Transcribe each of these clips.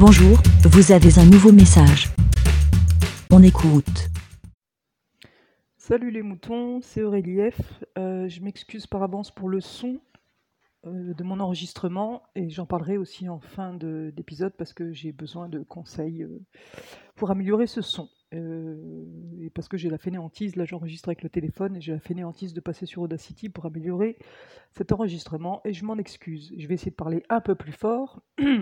Bonjour, vous avez un nouveau message. On écoute. Salut les moutons, c'est Aurélie F. Je m'excuse par avance pour le son de mon enregistrement et j'en parlerai aussi en fin d'épisode parce que j'ai besoin de conseils pour améliorer ce son. Et parce que j'ai la fainéantise, là j'enregistre avec le téléphone et j'ai la fainéantise de passer sur Audacity pour améliorer cet enregistrement et je m'en excuse. Je vais essayer de parler un peu plus fort.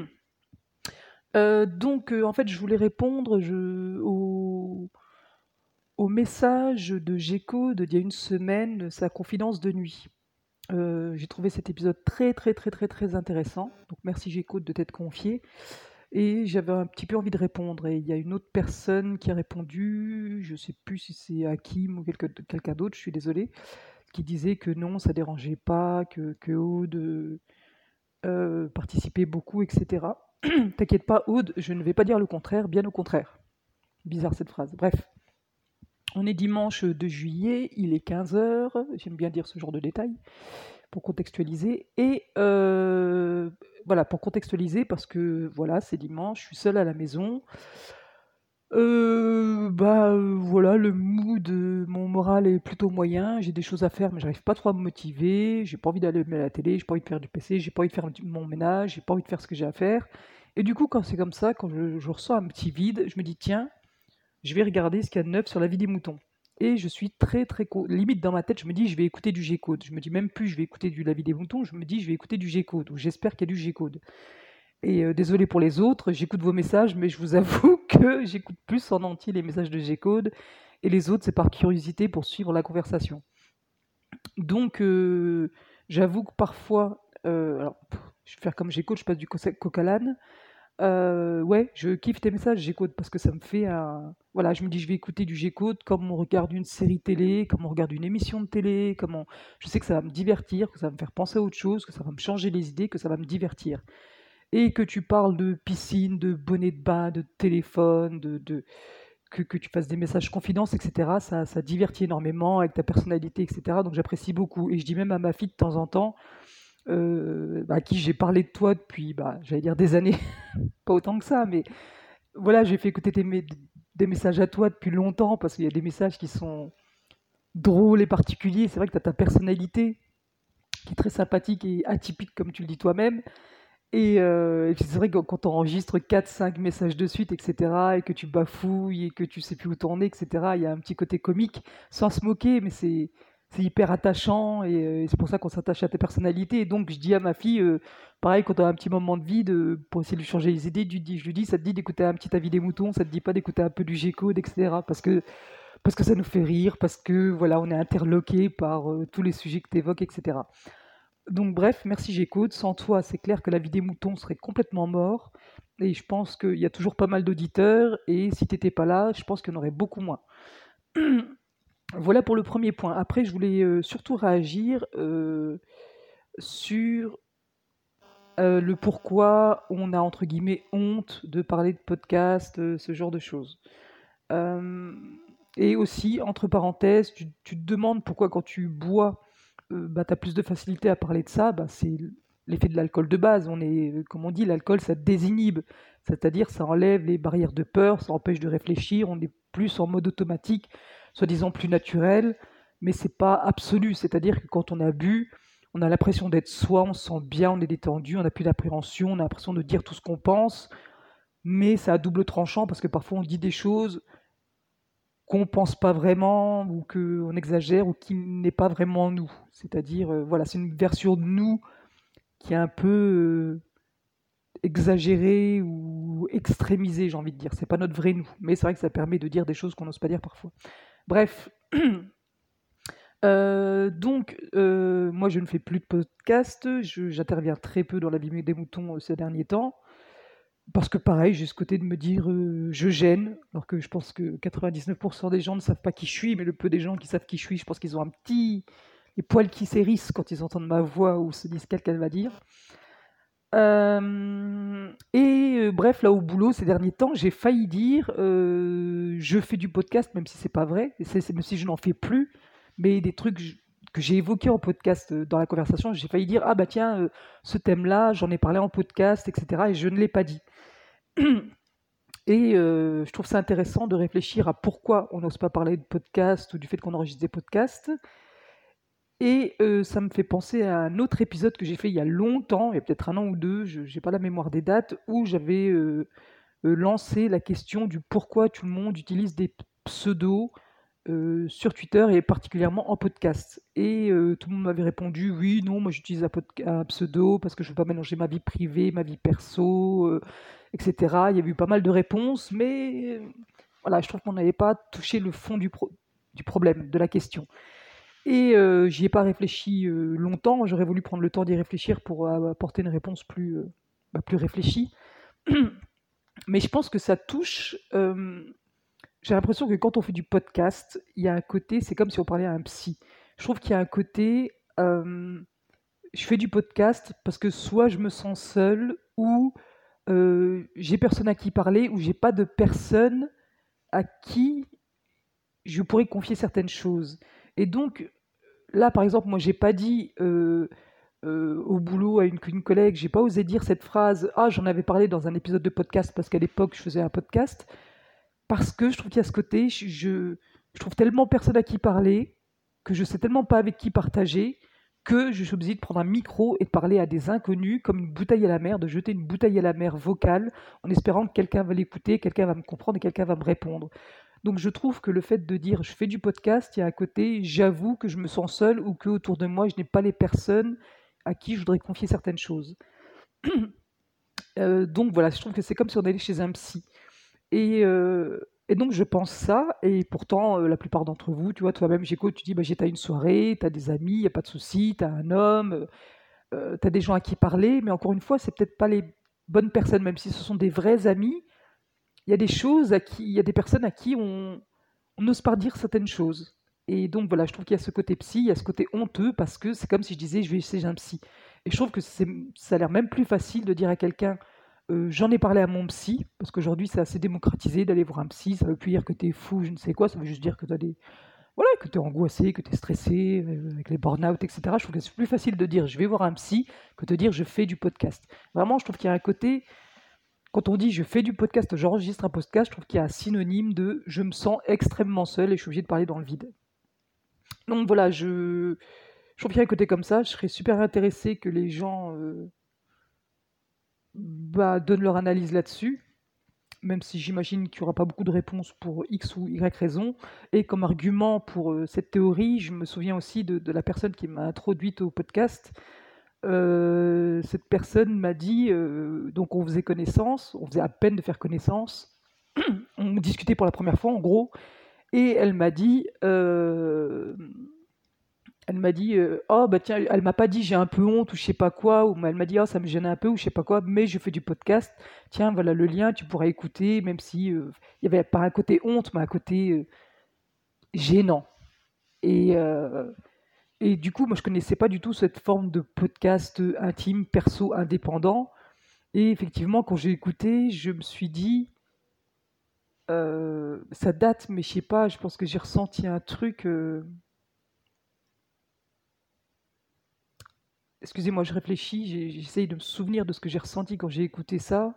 En fait, je voulais répondre au message de G-Code d'il y a une semaine, sa confidence de nuit. J'ai trouvé cet épisode très très très très très intéressant. Donc merci G-Code de t'être confié. Et j'avais un petit peu envie de répondre. Et il y a une autre personne qui a répondu, je ne sais plus si c'est Hakim ou quelqu'un d'autre, je suis désolé, qui disait que non, ça dérangeait pas, que Aude participait beaucoup, etc. T'inquiète pas, Aude, je ne vais pas dire le contraire, bien au contraire. Bizarre cette phrase. Bref. On est dimanche 2 juillet, il est 15h, j'aime bien dire ce genre de détails, pour contextualiser. Et voilà, pour contextualiser, parce que voilà, c'est dimanche, je suis seule à la maison. Voilà, le mood, mon moral est plutôt moyen, j'ai des choses à faire, mais j'arrive pas trop à me motiver, j'ai pas envie d'aller à la télé, j'ai pas envie de faire du PC, j'ai pas envie de faire mon ménage, j'ai pas envie de faire ce que j'ai à faire. Et du coup, quand c'est comme ça, quand je ressens un petit vide, je me dis, tiens, je vais regarder ce qu'il y a de neuf sur la vie des moutons. Et je suis très très limite dans ma tête, je me dis je vais écouter du G-Code. Je me dis même plus je vais écouter du La vie des moutons, je me dis je vais écouter du G-Code, ou j'espère qu'il y a du G-Code. Et désolé pour les autres, j'écoute vos messages, mais je vous avoue que j'écoute plus en entier les messages de G-Code, et les autres c'est par curiosité pour suivre la conversation. Donc j'avoue que parfois, je vais faire comme G-Code, je passe du coq à l'âne. Ouais, je kiffe tes messages, j'écoute parce que ça me fait un... Voilà, je me dis je vais écouter du J'écoute comme on regarde une série télé, comme on regarde une émission de télé, je sais que ça va me divertir, que ça va me faire penser à autre chose, que ça va me changer les idées, que ça va me divertir. Et que tu parles de piscine, de bonnet de bain, de téléphone, que tu fasses des messages confidences, etc. Ça divertit énormément avec ta personnalité, etc. Donc j'apprécie beaucoup. Et je dis même à ma fille de temps en temps, à qui j'ai parlé de toi depuis, j'allais dire des années, pas autant que ça, mais voilà, j'ai fait écouter des messages à toi depuis longtemps parce qu'il y a des messages qui sont drôles et particuliers. C'est vrai que tu as ta personnalité qui est très sympathique et atypique, comme tu le dis toi-même. Et puis c'est vrai que quand on enregistre 4-5 messages de suite, etc., et que tu bafouilles et que tu sais plus où tourner, etc., il y a un petit côté comique, sans se moquer, mais c'est hyper attachant et c'est pour ça qu'on s'attache à tes personnalités. Et donc je dis à ma fille, pareil, quand on a un petit moment de vide, pour essayer de lui changer les idées, je lui dis, ça te dit d'écouter un petit avis des moutons, ça te dit pas d'écouter un peu du G-Code, etc. Parce que ça nous fait rire, parce que voilà, on est interloqué par tous les sujets que tu évoques, etc. Donc bref, merci G-Code. Sans toi, c'est clair que la vie des moutons serait complètement mort. Et je pense qu'il y a toujours pas mal d'auditeurs. Et si tu n'étais pas là, je pense qu'il y en aurait beaucoup moins. Voilà pour le premier point. Après, je voulais surtout réagir sur le pourquoi on a, entre guillemets, honte de parler de podcast, ce genre de choses. Euh, et aussi, entre parenthèses, tu te demandes pourquoi quand tu bois, tu as plus de facilité à parler de ça. C'est l'effet de l'alcool de base. Comme on dit, l'alcool, ça désinhibe. C'est-à-dire, ça enlève les barrières de peur, ça empêche de réfléchir, on est plus en mode automatique, soi-disant plus naturel, mais c'est pas absolu. C'est-à-dire que quand on a bu, on a l'impression d'être soi, on se sent bien, on est détendu, on n'a plus d'appréhension, on a l'impression de dire tout ce qu'on pense, mais c'est à double tranchant parce que parfois on dit des choses qu'on pense pas vraiment ou qu'on exagère ou qui n'est pas vraiment nous. C'est-à-dire, voilà, c'est une version de nous qui est un peu exagérée ou extrémisée, j'ai envie de dire. C'est pas notre vrai nous, mais c'est vrai que ça permet de dire des choses qu'on n'ose pas dire parfois. Bref. Moi je ne fais plus de podcast, j'interviens très peu dans la vie des moutons ces derniers temps. Parce que pareil, j'ai ce côté de me dire je gêne, alors que je pense que 99% des gens ne savent pas qui je suis, mais le peu des gens qui savent qui je suis, je pense qu'ils ont les poils qui s'hérissent quand ils entendent ma voix ou se disent qu'elle va dire. Bref, là au boulot, ces derniers temps, j'ai failli dire je fais du podcast, même si c'est pas vrai, même si je n'en fais plus, mais des trucs que j'ai évoqués en podcast dans la conversation, j'ai failli dire ah bah tiens, ce thème-là, j'en ai parlé en podcast, etc. Et je ne l'ai pas dit. Et je trouve ça intéressant de réfléchir à pourquoi on n'ose pas parler de podcast ou du fait qu'on enregistre des podcasts. Et ça me fait penser à un autre épisode que j'ai fait il y a longtemps, il y a peut-être un an ou deux, je n'ai pas la mémoire des dates, où j'avais lancé la question du pourquoi tout le monde utilise des pseudos sur Twitter et particulièrement en podcast. Et tout le monde m'avait répondu oui, non, moi j'utilise un pseudo parce que je ne veux pas mélanger ma vie privée, ma vie perso, etc. Il y a eu pas mal de réponses, mais voilà, je trouve qu'on n'avait pas touché le fond du problème, de la question. Et j'y ai pas réfléchi longtemps, j'aurais voulu prendre le temps d'y réfléchir pour apporter une réponse plus réfléchie. Mais je pense que ça touche. J'ai l'impression que quand on fait du podcast, il y a un côté, c'est comme si on parlait à un psy. Je trouve qu'il y a un côté, je fais du podcast parce que soit je me sens seule, ou j'ai personne à qui parler, ou j'ai pas de personne à qui je pourrais confier certaines choses. Et donc, là, par exemple, moi, j'ai pas dit au boulot à une collègue, j'ai pas osé dire cette phrase. Ah, j'en avais parlé dans un épisode de podcast parce qu'à l'époque, je faisais un podcast. Parce que je trouve qu'il y a ce côté, je trouve tellement personne à qui parler, que je sais tellement pas avec qui partager, que je suis obligée de prendre un micro et de parler à des inconnus comme une bouteille à la mer, de jeter une bouteille à la mer vocale en espérant que quelqu'un va l'écouter, quelqu'un va me comprendre et quelqu'un va me répondre. Donc je trouve que le fait de dire je fais du podcast, il y a un côté j'avoue que je me sens seule ou que autour de moi je n'ai pas les personnes à qui je voudrais confier certaines choses. Donc voilà, je trouve que c'est comme si on allait chez un psy. Et donc je pense ça, et pourtant la plupart d'entre vous, tu vois, toi-même j'écoute, tu dis bah, j'étais à une soirée, t'as des amis, il n'y a pas de souci, t'as un homme, t'as des gens à qui parler, mais encore une fois, c'est peut-être pas les bonnes personnes, même si ce sont des vrais amis, il y a des choses il y a des personnes à qui on n'ose pas dire certaines choses. Et donc voilà, je trouve qu'il y a ce côté psy, il y a ce côté honteux, parce que c'est comme si je disais je vais essayer un psy. Et je trouve que ça a l'air même plus facile de dire à quelqu'un j'en ai parlé à mon psy, parce qu'aujourd'hui c'est assez démocratisé d'aller voir un psy, ça veut plus dire que tu es fou, je ne sais quoi, ça veut juste dire que tu as des... Voilà, que tu es angoissé, que tu es stressé, avec les burn-out, etc. Je trouve que c'est plus facile de dire je vais voir un psy que de dire je fais du podcast. Vraiment, je trouve qu'il y a un côté, quand on dit je fais du podcast, j'enregistre un podcast, je trouve qu'il y a un synonyme de je me sens extrêmement seul et je suis obligé de parler dans le vide. Donc voilà, je trouve qu'il y a un côté comme ça, je serais super intéressé que les gens donnent leur analyse là-dessus, même si j'imagine qu'il n'y aura pas beaucoup de réponses pour X ou Y raison. Et comme argument pour cette théorie, je me souviens aussi de la personne qui m'a introduite au podcast. Cette personne m'a dit, donc on faisait connaissance, on faisait à peine de faire connaissance, on discutait pour la première fois en gros, et elle m'a dit oh bah tiens, elle m'a pas dit j'ai un peu honte ou je sais pas quoi, ou elle m'a dit oh ça me gêne un peu ou je sais pas quoi, mais je fais du podcast, tiens voilà le lien, tu pourras écouter, même si il y avait pas un côté honte mais un côté gênant. Et, euh, et du coup moi je connaissais pas du tout cette forme de podcast intime, perso, indépendant. Et effectivement quand j'ai écouté je me suis dit ça date mais je sais pas, je pense que j'ai ressenti un truc excusez-moi, je réfléchis, j'essaye de me souvenir de ce que j'ai ressenti quand j'ai écouté ça.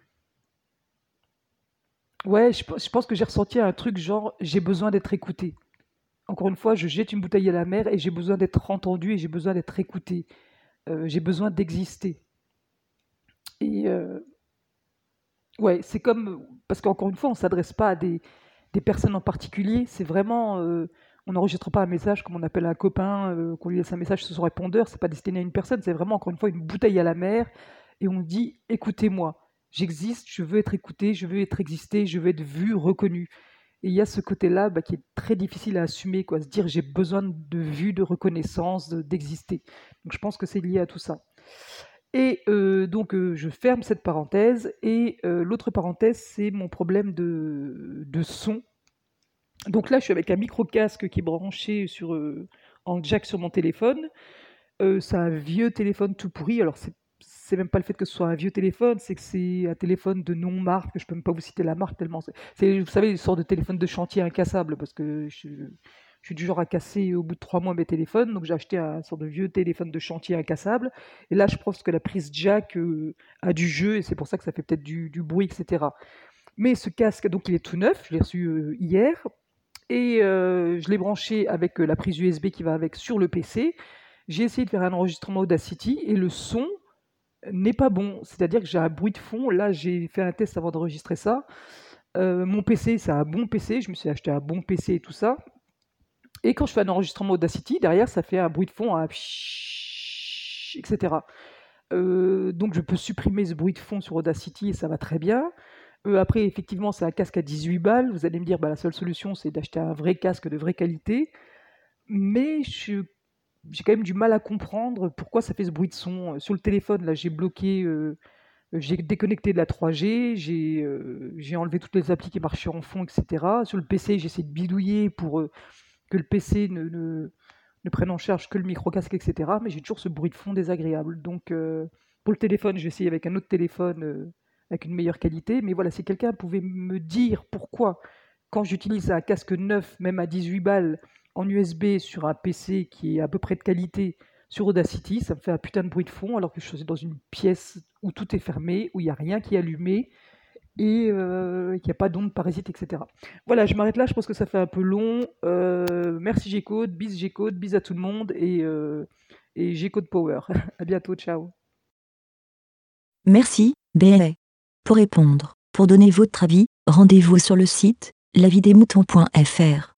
Ouais, je pense que j'ai ressenti un truc genre j'ai besoin d'être écouté. Encore une fois, je jette une bouteille à la mer et j'ai besoin d'être entendu et j'ai besoin d'être écouté. J'ai besoin d'exister. Et ouais, c'est comme parce qu'encore une fois, on ne s'adresse pas à des personnes en particulier. C'est vraiment on n'enregistre pas un message comme on appelle un copain, qu'on lui laisse un message sur son répondeur. C'est pas destiné à une personne. C'est vraiment encore une fois une bouteille à la mer et on dit écoutez-moi. J'existe, je veux être écouté, je veux être existé, je veux être vu, reconnu. Et il y a ce côté-là qui est très difficile à assumer, quoi, se dire j'ai besoin de vue, de reconnaissance, d'exister. Donc je pense que c'est lié à tout ça. Et donc je ferme cette parenthèse et l'autre parenthèse c'est mon problème de son. Donc là je suis avec un micro-casque qui est branché en jack sur mon téléphone. C'est un vieux téléphone tout pourri, alors c'est même pas le fait que ce soit un vieux téléphone, c'est que c'est un téléphone de non-marque, je peux même pas vous citer la marque tellement vous savez, une sorte de téléphone de chantier incassable, parce que je Je suis du genre à casser au bout de 3 mois mes téléphones, donc j'ai acheté un sorte de vieux téléphone de chantier incassable. Et là, je pense que la prise jack a du jeu et c'est pour ça que ça fait peut-être du bruit, etc. Mais ce casque, donc il est tout neuf, je l'ai reçu hier et je l'ai branché avec la prise USB qui va avec sur le PC. J'ai essayé de faire un enregistrement Audacity et le son n'est pas bon. C'est-à-dire que j'ai un bruit de fond. Là, j'ai fait un test avant d'enregistrer ça. Mon PC, c'est un bon PC. Je me suis acheté un bon PC et tout ça. Et quand je fais un enregistrement Audacity, derrière, ça fait un bruit de fond, un pshhh, etc. Donc je peux supprimer ce bruit de fond sur Audacity et ça va très bien. Après, effectivement, c'est un casque à 18 balles. Vous allez me dire, bah, la seule solution, c'est d'acheter un vrai casque de vraie qualité. Mais j'ai quand même du mal à comprendre pourquoi ça fait ce bruit de son. Sur le téléphone, là, j'ai déconnecté de la 3G, j'ai enlevé toutes les applis qui marchaient en fond, etc. Sur le PC, j'ai essayé de bidouiller pour que le PC ne prenne en charge que le micro-casque, etc. Mais j'ai toujours ce bruit de fond désagréable. Donc, pour le téléphone, je vais essayer avec un autre téléphone avec une meilleure qualité. Mais voilà, si quelqu'un pouvait me dire pourquoi, quand j'utilise un casque neuf, même à 18 balles, en USB sur un PC qui est à peu près de qualité, sur Audacity, ça me fait un putain de bruit de fond alors que je suis dans une pièce où tout est fermé, où il n'y a rien qui est allumé et qu'il n'y a pas d'ondes parasites, etc. Voilà, je m'arrête là, je pense que ça fait un peu long. Merci G-Code, bis à tout le monde et G-Code Power. À bientôt, ciao. Merci, BLA. Pour répondre, pour donner votre avis, rendez-vous sur le site lavidesmoutons.fr.